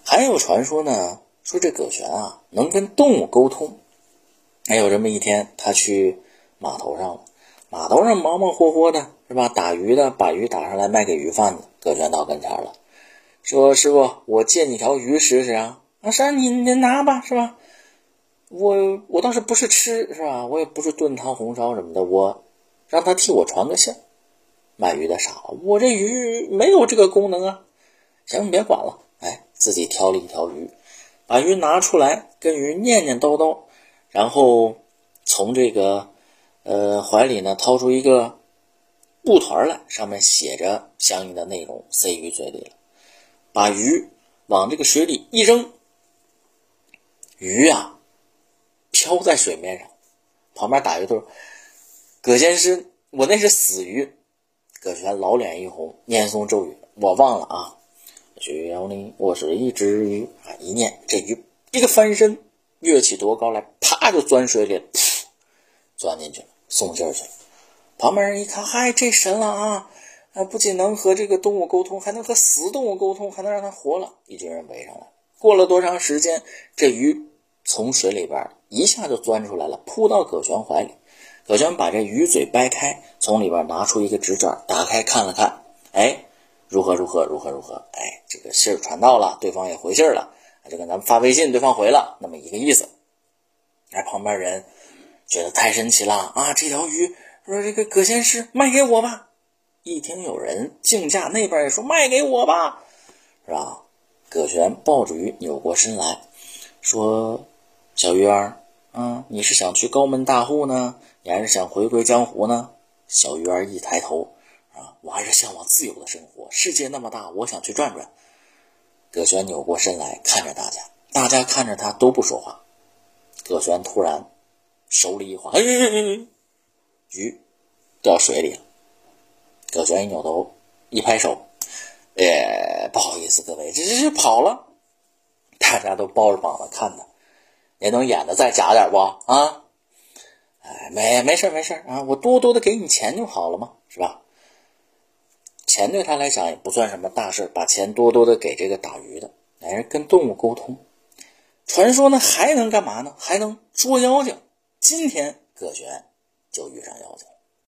还有传说呢，说这葛玄啊能跟动物沟通。还有这么一天，他去码头上了，码头上忙忙活活的是吧？打鱼的把鱼打上来卖给鱼贩子。葛玄到跟前了，说师傅，我借你条鱼试试啊。是啊，你拿吧是吧？我倒是不是吃是吧？我也不是炖汤红烧什么的，我让他替我传个信。卖鱼的傻了，我这鱼没有这个功能啊。行，你别管了，自己挑了一条鱼，把鱼拿出来跟鱼念念叨叨，然后从这个怀里呢掏出一个布团来，上面写着相应的内容，塞鱼嘴里了，把鱼往这个水里一扔，鱼啊飘在水面上。旁边打鱼的说，葛先师，我那是死鱼。葛玄老脸一红，念诵咒语，我忘了啊。需要你，我是一只鱼啊！一念，这鱼一个翻身跃起多高来，啪就钻水里，钻进去了，送劲儿去了。旁边人一看，嗨，这神了啊！不仅能和这个动物沟通，还能和死动物沟通，还能让它活了。一群人围上来，过了多长时间，这鱼从水里边一下就钻出来了，扑到葛玄怀里。葛玄把这鱼嘴掰开，从里边拿出一个纸卷，打开看了看，如何，这个信儿传到了，对方也回信儿了，就跟咱们发微信，对方回了，那么一个意思。旁边人觉得太神奇了啊！这条鱼说这个葛先师卖给我吧。一听有人竞价，那边也说卖给我吧，是吧？葛玄抱着鱼扭过身来，说：“小鱼儿，你是想去高门大户呢，你还是想回归江湖呢？”小鱼儿一抬头，我还是向往自由的生活，世界那么大，我想去转转。葛玄扭过身来看着大家，大家看着他都不说话。葛玄突然手里一晃，鱼掉水里了。葛玄一扭头一拍手，不好意思各位，这跑了。大家都抱着膀子看他，也能演的再假点不啊？没事啊，我多多的给你钱就好了嘛，是吧？钱对他来讲也不算什么大事，把钱多多的给这个打鱼的，跟动物沟通。传说呢还能干嘛呢？还能捉妖精。今天葛玄就遇上妖精了。